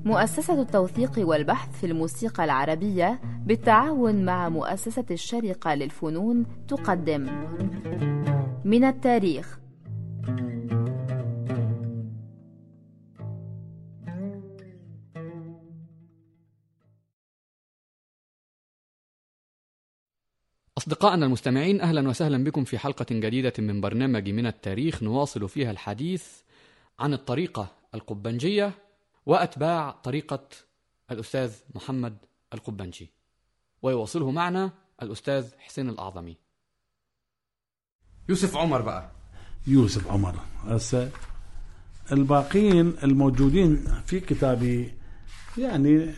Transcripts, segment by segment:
مؤسسة التوثيق والبحث في الموسيقى العربية بالتعاون مع مؤسسة الشارقة للفنون تقدم من التاريخ. أصدقائنا المستمعين، أهلا وسهلا بكم في حلقة جديدة من برنامج من التاريخ، نواصل فيها الحديث عن الطريقة القبنجية وأتباع طريقة الأستاذ محمد القبنجي، ويواصله معنا الأستاذ حسين الأعظمي. يوسف عمر بقى. يوسف عمر هسه الباقين الموجودين في كتابي يعني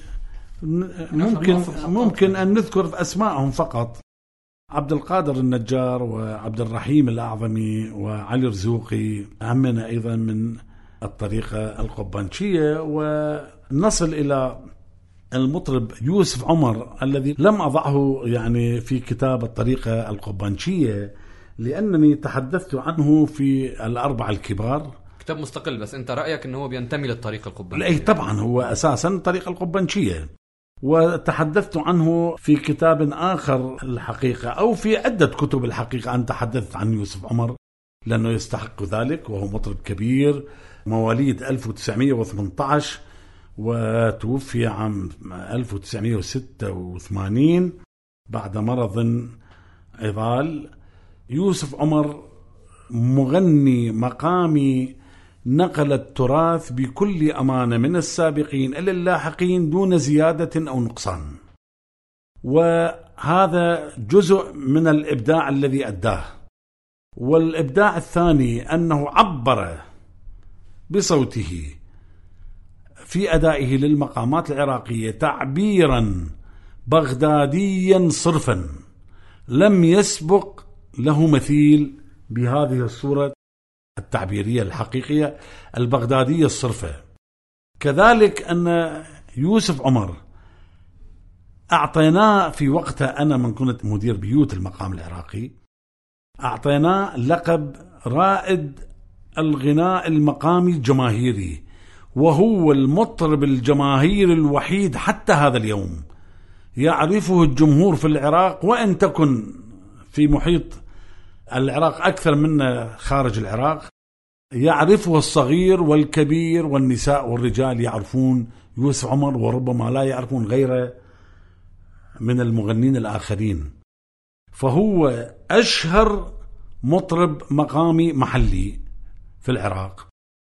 ممكن أن نذكر أسماءهم فقط: عبد القادر النجار وعبد الرحيم الأعظمي وعلي رزوقي، همنا أيضا من الطريقة القبنجية. ونصل إلى المطرب يوسف عمر الذي لم أضعه يعني في كتاب الطريقة القبنجية لأنني تحدثت عنه في الأربعة الكبار. كتاب مستقل، بس أنت رأيك أنه بينتمي للطريقة القبنجية؟ أي طبعا، هو أساسا الطريقة القبنجية، وتحدثت عنه في كتاب آخر الحقيقة، أو في عدة كتب الحقيقة أن تحدثت عن يوسف عمر لأنه يستحق ذلك، وهو مطرب كبير مواليد 1918 وتوفي عام 1986 بعد مرض عضال. يوسف عمر مغني مقامي نقل التراث بكل أمانة من السابقين إلى اللاحقين دون زيادة أو نقصان، وهذا جزء من الإبداع الذي أداه. والإبداع الثاني أنه عبر بصوته في أدائه للمقامات العراقية تعبيرا بغداديا صرفا لم يسبق له مثيل بهذه الصورة التعبيرية الحقيقية البغدادية الصرفة. كذلك أن يوسف عمر أعطيناه في وقتها، أنا من كنت مدير بيوت المقام العراقي، أعطيناه لقب رائد الغناء المقامي الجماهيري، وهو المطرب الجماهيري الوحيد حتى هذا اليوم يعرفه الجمهور في العراق، وإن تكن في محيط العراق أكثر من خارج العراق. يعرفه الصغير والكبير والنساء والرجال، يعرفون يوسف عمر، وربما لا يعرفون غيره من المغنين الآخرين. فهو أشهر مطرب مقامي محلي في العراق،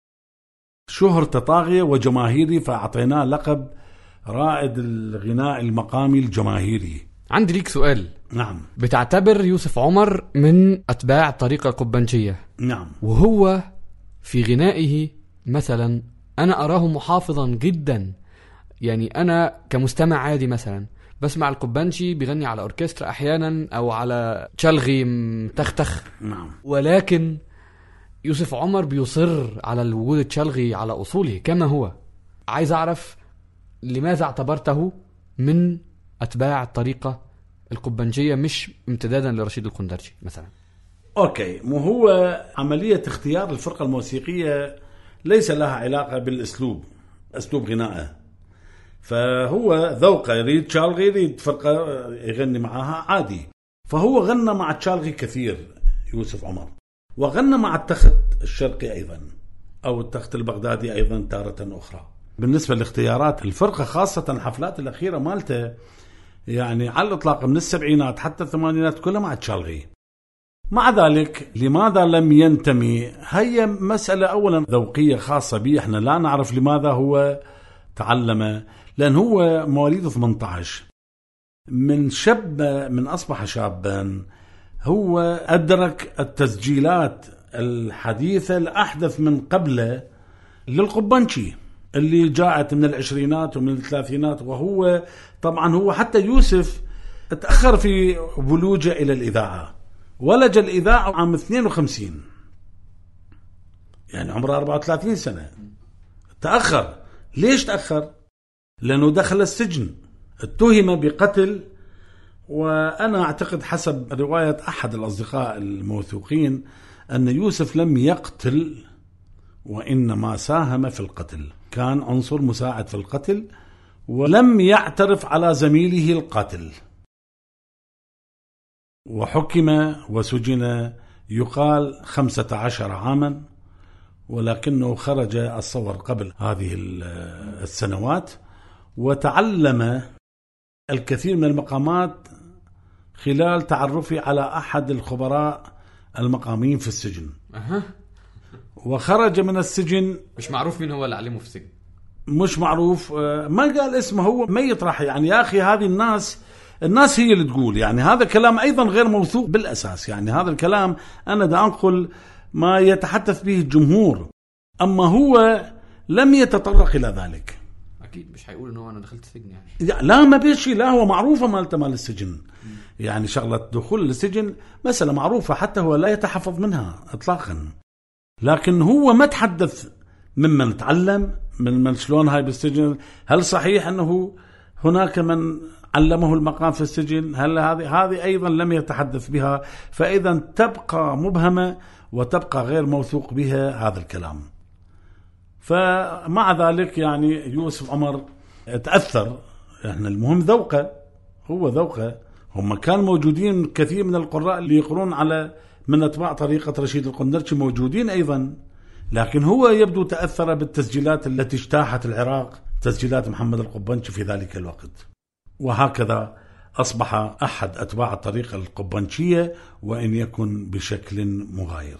شهرته طاغية وجماهيري، فأعطيناه لقب رائد الغناء المقامي الجماهيري. عندي ليك سؤال. نعم. بتعتبر يوسف عمر من أتباع الطريقة القبنجية؟ نعم. وهو في غنائه مثلا أنا أراه محافظا جدا، يعني أنا كمستمع عادي مثلا بسمع القبنجي بيغني على أوركسترا أحيانا أو على تشلغي متختخ. نعم. ولكن يوسف عمر بيصر على الوجود التشلغي على أصوله كما هو. عايز أعرف لماذا اعتبرته من أتباع الطريقة القبنجية مش امتدادا لرشيد القندرجي مثلا؟ أوكي، مو هو عملية اختيار الفرقة الموسيقية ليس لها علاقة بالأسلوب، أسلوب غنائه، فهو ذوقه، يريد تشالغي، يريد فرقة يغني معها عادي. فهو غنى مع تشالغي كثير يوسف عمر، وغنى مع التخت الشرقي أيضا أو التخت البغدادي أيضا تارة أخرى. بالنسبة لاختيارات الفرقة خاصة الحفلات الأخيرة مالته، يعني على الإطلاق من السبعينات حتى الثمانينات كلها مع تشالغي. مع ذلك لماذا لم ينتمي؟ هي مسألة أولا ذوقية خاصة به، احنا لا نعرف لماذا هو تعلم، لأن هو مواليد 18 من أصبح شابا هو أدرك التسجيلات الحديثة الأحدث من قبله للقبنجي اللي جاءت من العشرينات ومن الثلاثينات. وهو طبعا هو حتى يوسف تأخر في ولوجه إلى الإذاعة، ولج الإذاعة عام 52، يعني عمره 34 سنة. تأخر. ليش تأخر؟ لأنه دخل السجن، اتهم بقتل. وأنا أعتقد حسب رواية أحد الأصدقاء الموثوقين أن يوسف لم يقتل وإنما ساهم في القتل. كان عنصر مساعد في القتل، ولم يعترف على زميله القاتل، وحكم وسجن يقال 15 عاما، ولكنه خرج الصور قبل هذه السنوات، وتعلم الكثير من المقامات خلال تعرفي على أحد الخبراء المقامين في السجن. وخرج من السجن، مش معروف مين هو اللي علمه في السجن، مش معروف، ما قال اسمه، هو ما يطرح. يعني يا أخي هذه الناس هي اللي تقول، يعني هذا كلام أيضا غير موثوق بالأساس. يعني هذا الكلام أنا دا أنقل ما يتحدث به الجمهور، أما هو لم يتطرق إلى ذلك. أكيد مش هيقول إنه أنا دخلت السجن يعني. لا ما بيشي، لا هو معروفة مال السجن. يعني شغلة دخول السجن مسألة معروفة، حتى هو لا يتحفظ منها إطلاقا. لكن هو ما تحدث ممن تعلم، من شلون هاي بالسجن. هل صحيح أنه هناك من علمه المقام في السجن؟ هل هذه أيضا لم يتحدث بها. فإذا تبقى مبهمة وتبقى غير موثوق بها هذا الكلام. فمع ذلك يعني يوسف عمر تأثر. يعني المهم ذوقه، هو ذوقه. هم كان موجودين كثير من القراء اللي يقرون على من أتباع طريقة رشيد القندرشي موجودين أيضا، لكن هو يبدو تأثر بالتسجيلات التي اجتاحت العراق، تسجيلات محمد القبنشي في ذلك الوقت. وهكذا أصبح أحد أتباع الطريقة القبنشية، وإن يكن بشكل مغاير.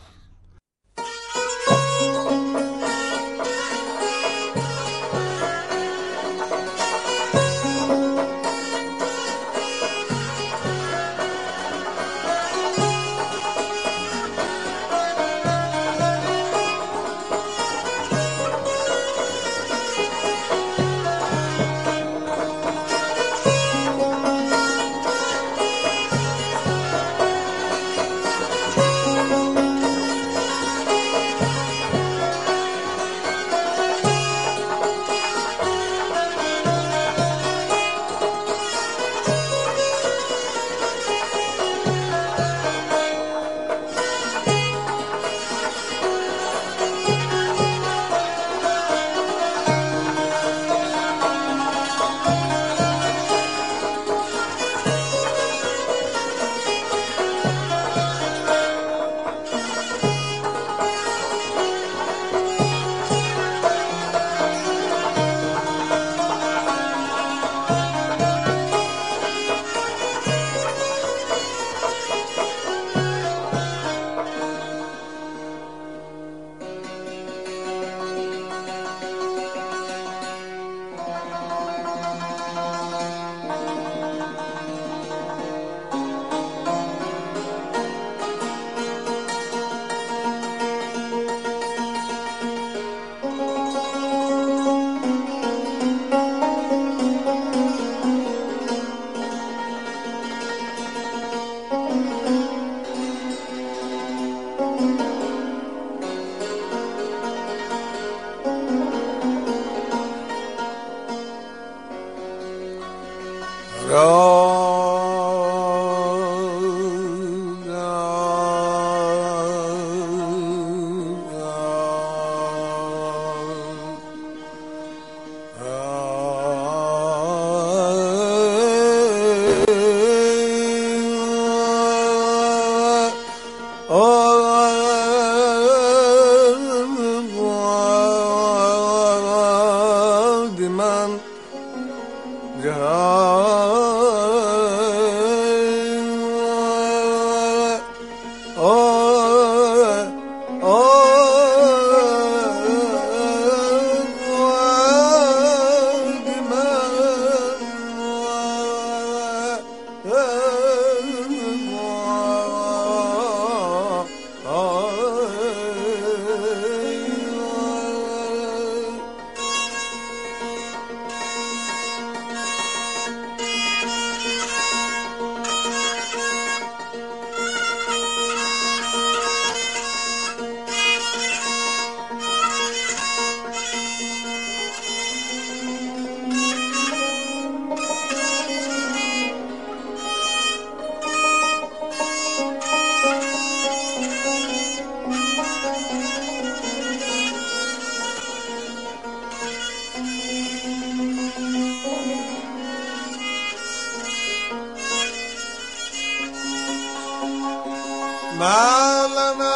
ما لنا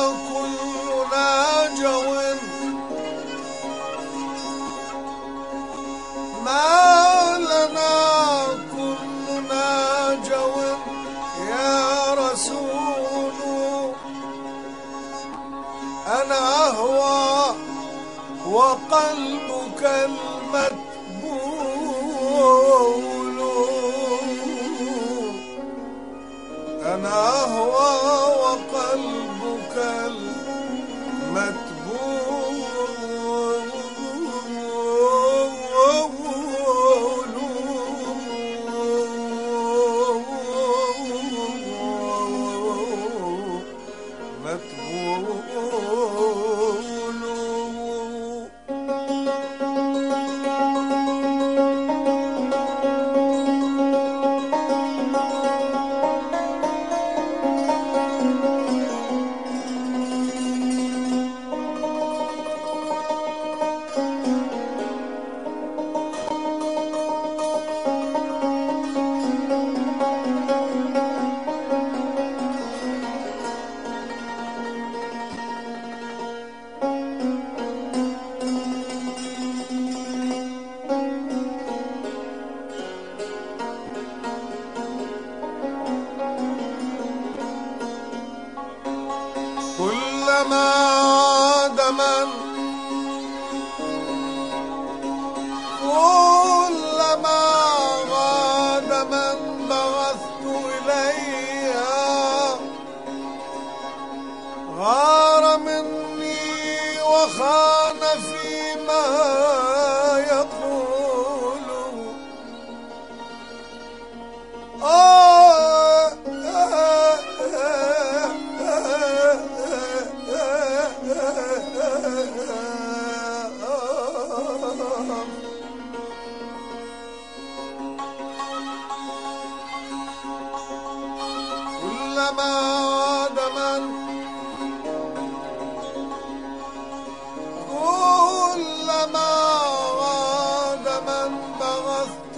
كلنا جو، ما لنا كلنا جو يا رسول. أنا أهوى وقلبك المتبول، أنا أهوى وقلبك المتبول. كلما عاد من، كلما عاد من بعثت إليها غار مني وخان فيما يقول. كلما عاد من، كلما عاد من بعثت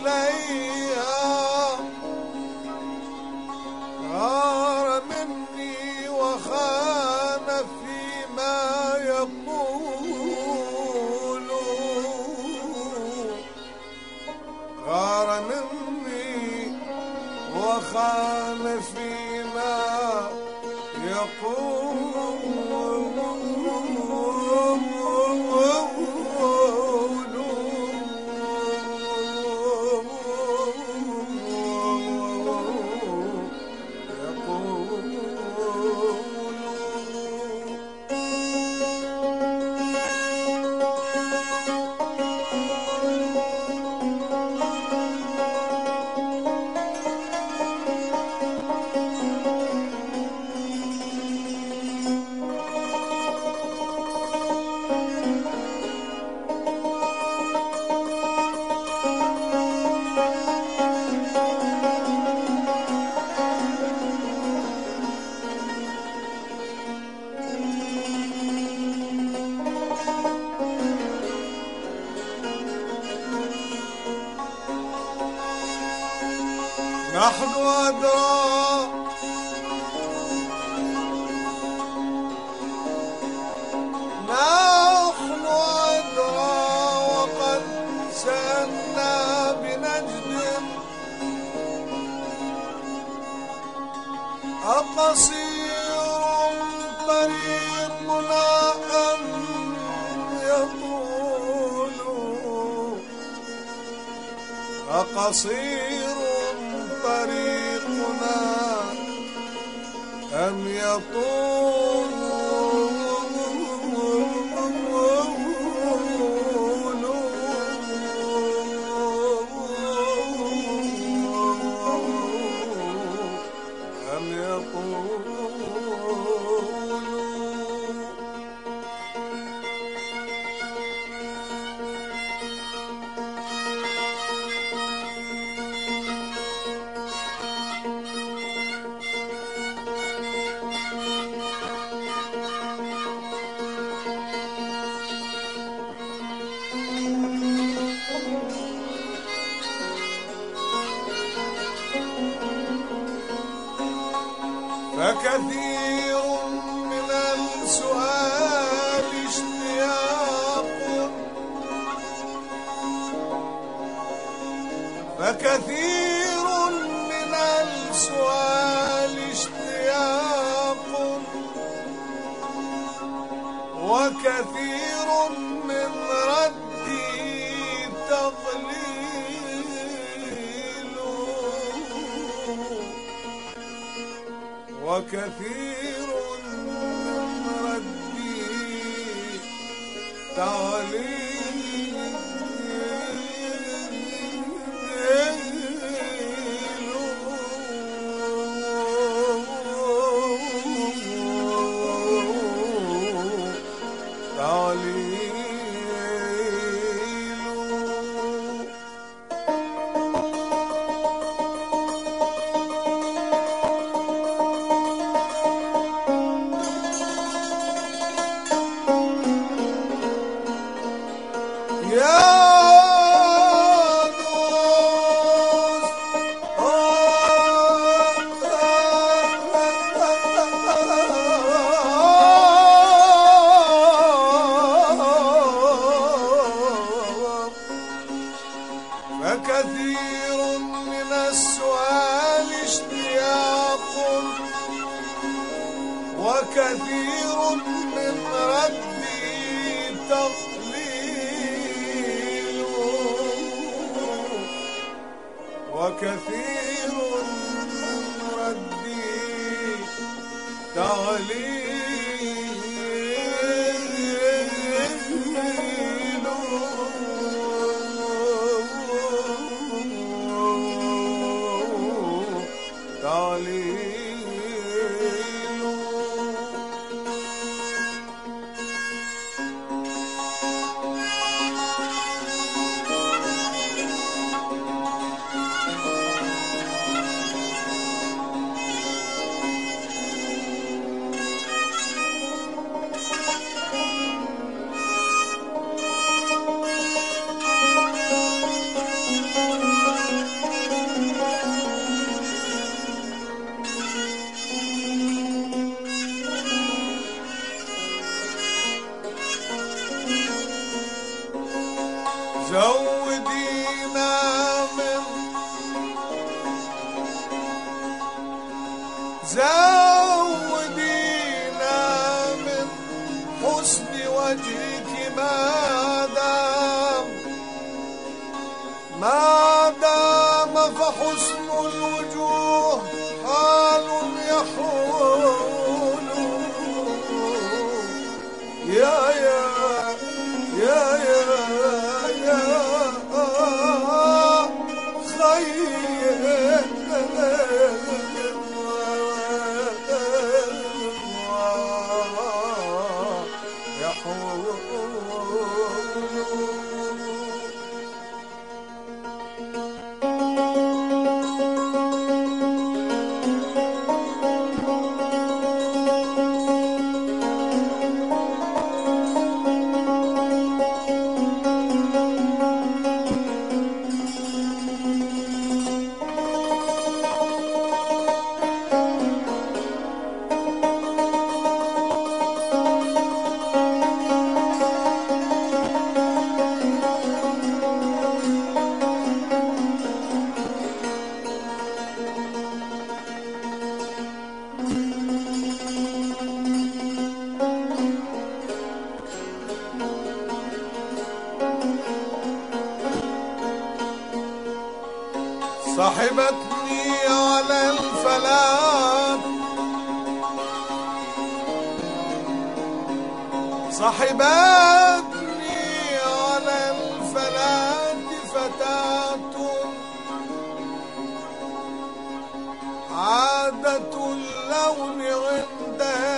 إليها غار مني وخان فيما يقول. غار مني وخان فيما يقول. نحن أدرى نحن أدرى وقد سألنا بنجد أقصير طريقنا أم يطول. أقصير طريقنا أم يطول. أم يطول. فكثير من السؤال اشتياق، فكثير من السؤال اشتياق، وكثير من ردي تضليل، وكثير من ردي تعليل. فكثير من السؤال اشتياق، وكثير من ردي تقليل، وكثير من ردي تعليل. زودينا من حسن وجهك ما دام فحسن الوجوه حال يحول. يا صاحبتني على الفلاة، صاحبتني على الفلاة فتاة عادة اللون عندها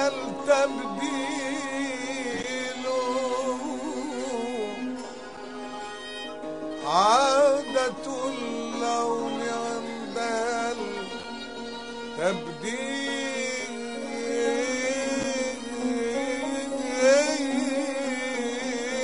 التبديل، عادة اللون عندها التبديل.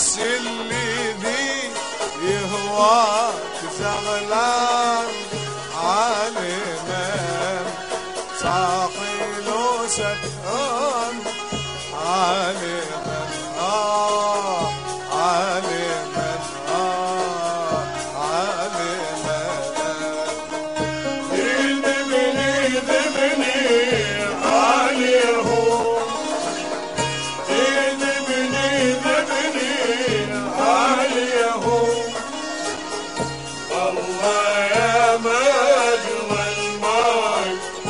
بس اللي دي يهواك زغلان علينا صاحي له سكران علينا علينا علينا ذبني ذبني عليهم ذبني ذبني عليهم الله يا مجرى الماء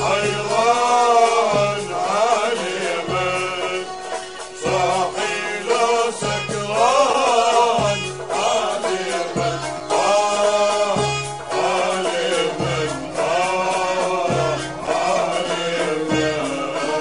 حيران علي من صاحي له سكران علي من علي من علي من.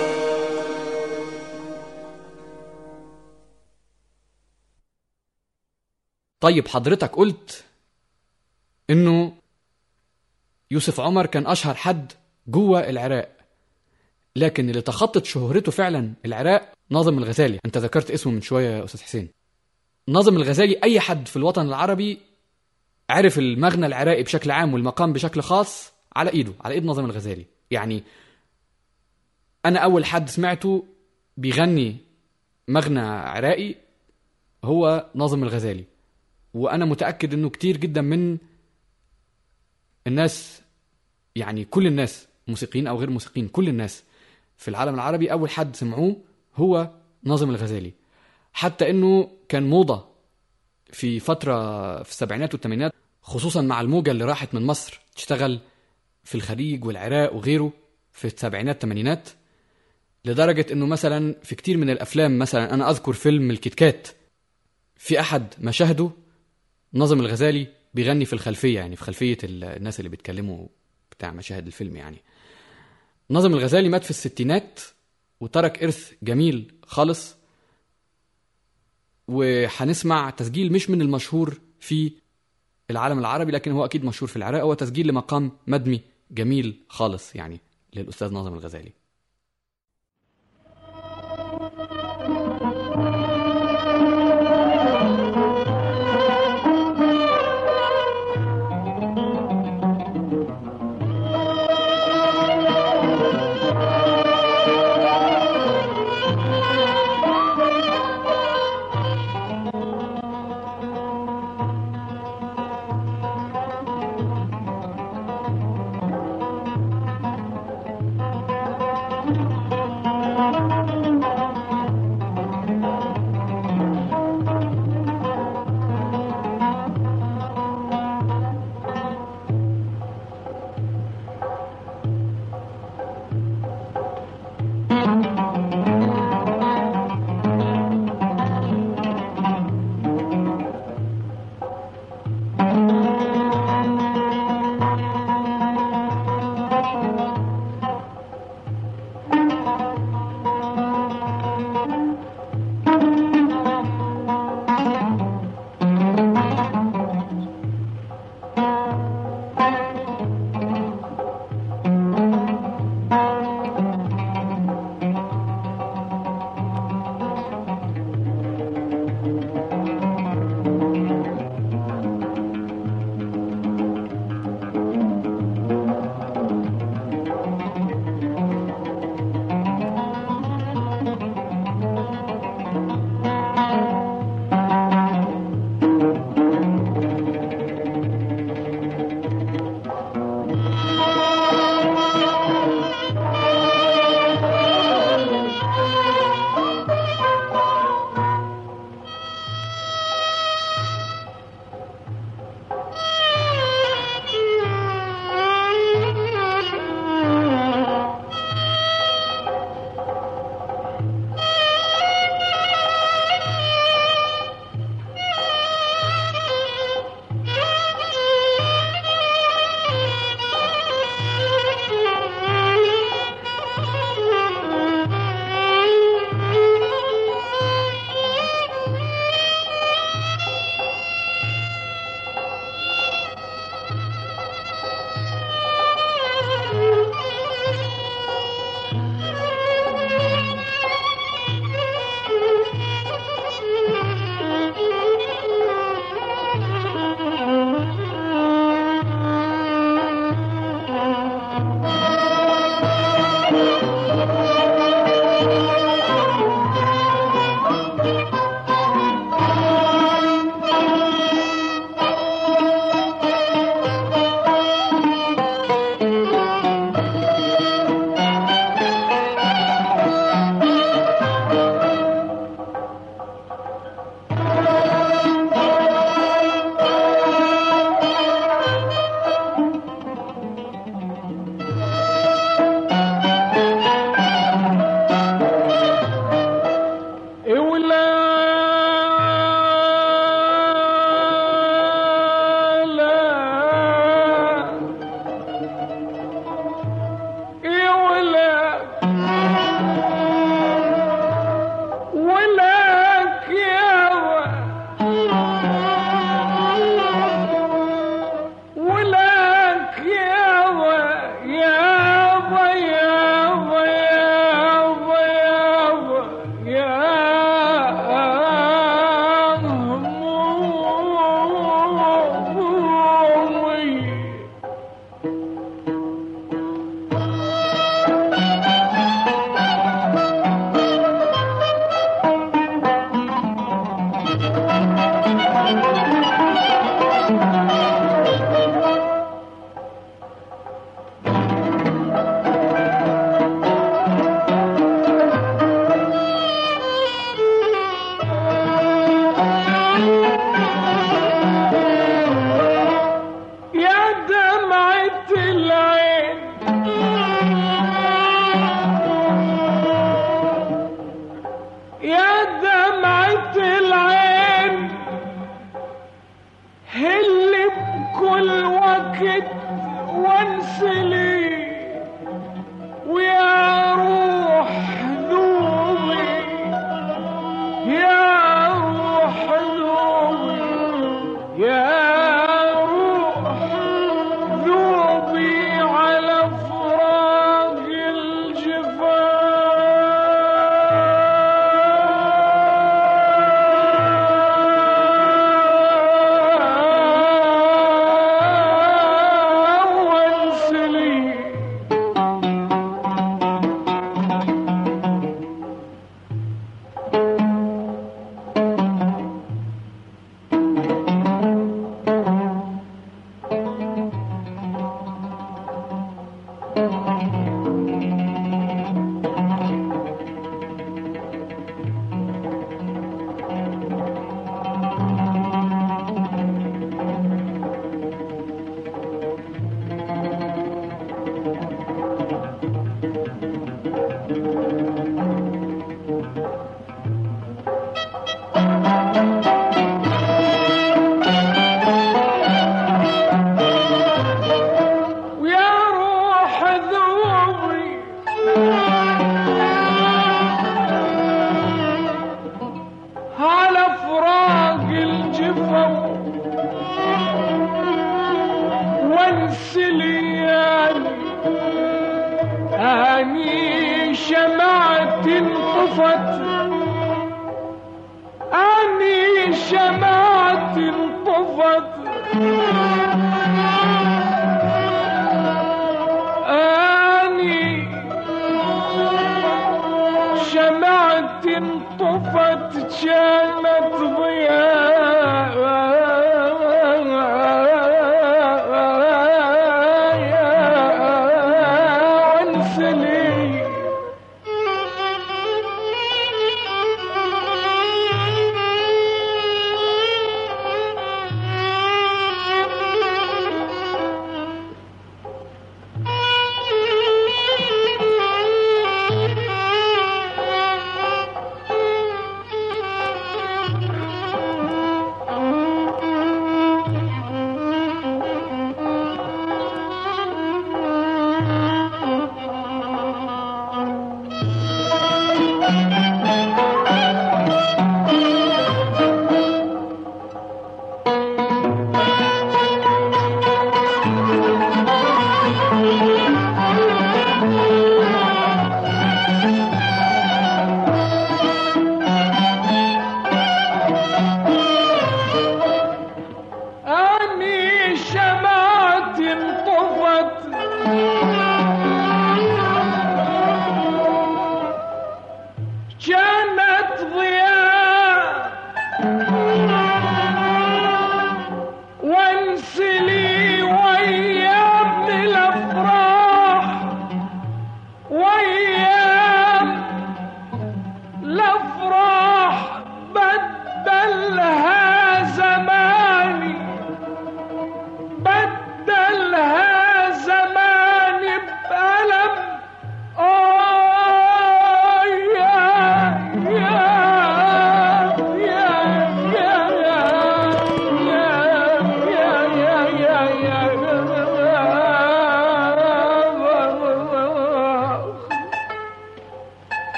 طيب حضرتك قلت انه يوسف عمر كان اشهر حد جوه العراق، لكن اللي تخطت شهرته فعلا العراق ناظم الغزالي. انت ذكرت اسمه من شويه يا استاذ حسين. ناظم الغزالي اي حد في الوطن العربي عرف المغنى العراقي بشكل عام والمقام بشكل خاص على ايده، على ايد ناظم الغزالي. يعني انا اول حد سمعته بيغني مغنى عراقي هو ناظم الغزالي، وانا متاكد انه كتير جدا من الناس، يعني كل الناس موسيقيين او غير موسيقيين، كل الناس في العالم العربي اول حد سمعوه هو ناظم الغزالي. حتى انه كان موضة في فترة في السبعينات والثمانينات، خصوصا مع الموجة اللي راحت من مصر تشتغل في الخليج والعراق وغيره في السبعينات والثمانينات، لدرجة انه مثلا في كتير من الافلام، مثلا انا اذكر فيلم الكتكات، في احد مشاهده ناظم الغزالي بيغني في الخلفية، يعني في خلفية الناس اللي بيتكلموا بتاع مشاهد الفيلم. يعني ناظم الغزالي مات في الستينات وترك إرث جميل خالص، وحنسمع تسجيل مش من المشهور في العالم العربي، لكن هو أكيد مشهور في العراق، هو تسجيل لمقام مدمي جميل خالص يعني للأستاذ ناظم الغزالي.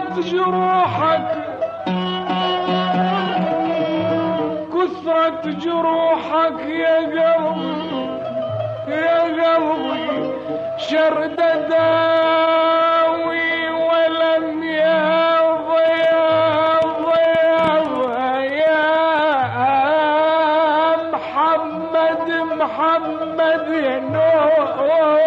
كثرة جروحك كثرة جروحك يا قلبي يا قلبي شرد داوي ولم يضي يا محمد محمد يا نور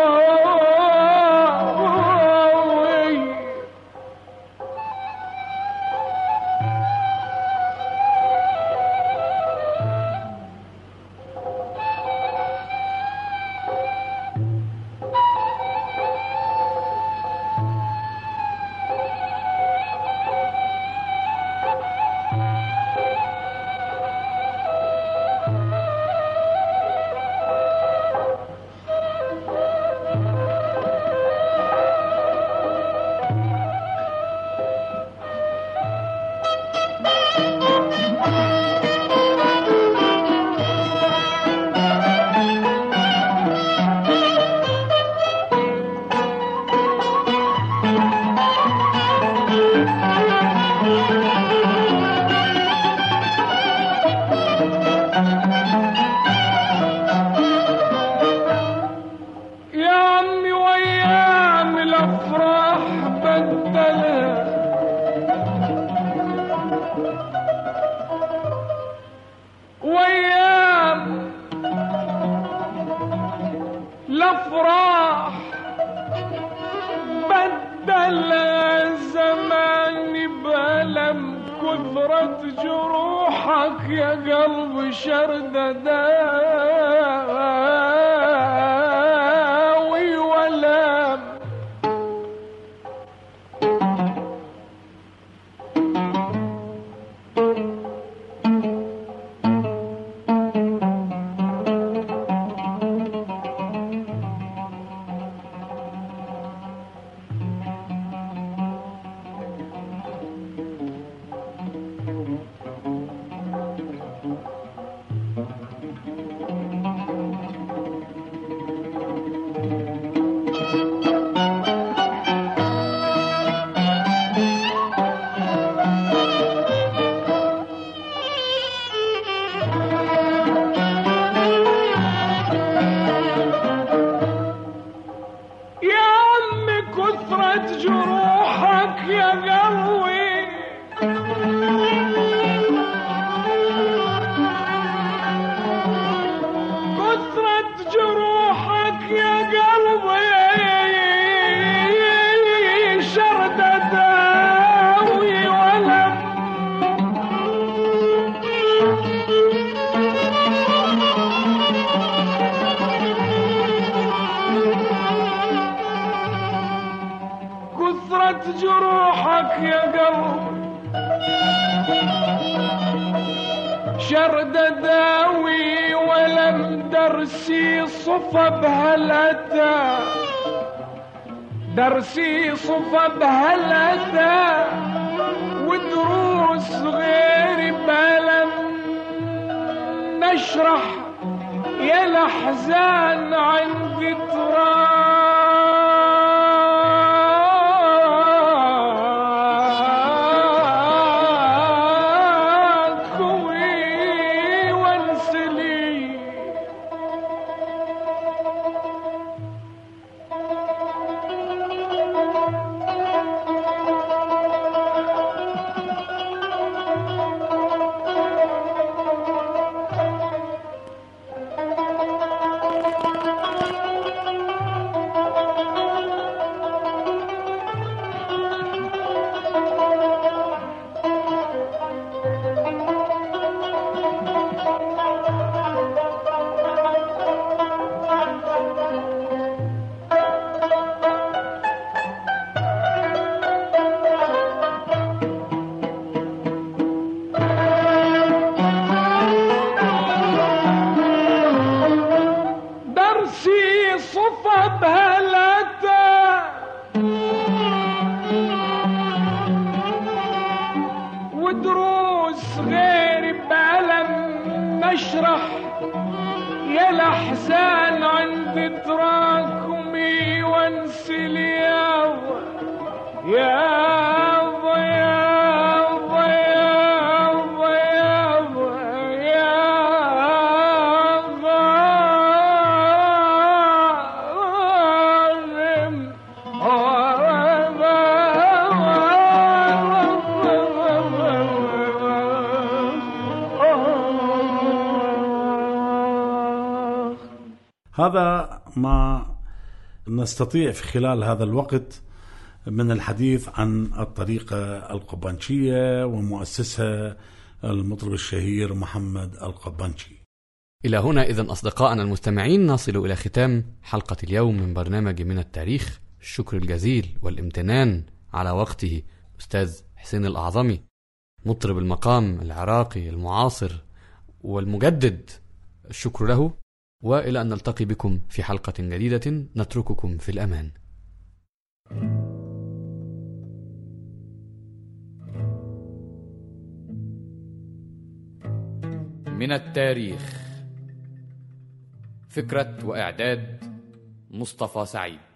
ويام الافراح بدل زماني بألم كثرة جروحك يا قلبي شرد داوي ولام جروحك يا قلبي كثرة جروحك يا قلبي شرد داوي ولم كثرة جروحك يا قلبي شرد داوي ولم درسي صفى بهلتا درسي صفى بهلتا ودروس غيري بلم نشرح يا الأحزان عندي ودروس غيري بألم نشرح يا الأحزان عندي تراكمي وانسي يا هذا ما نستطيع في خلال هذا الوقت من الحديث عن الطريقة القبانشية ومؤسسها المطرب الشهير محمد القبانشي. إلى هنا إذن أصدقائنا المستمعين نصل إلى ختام حلقة اليوم من برنامج من التاريخ. الشكر الجزيل والامتنان على وقته أستاذ حسين الأعظمي، مطرب المقام العراقي المعاصر والمجدد، الشكر له، وإلى أن نلتقي بكم في حلقة جديدة نترككم في الأمان. من التاريخ، فكرة وإعداد مصطفى سعيد.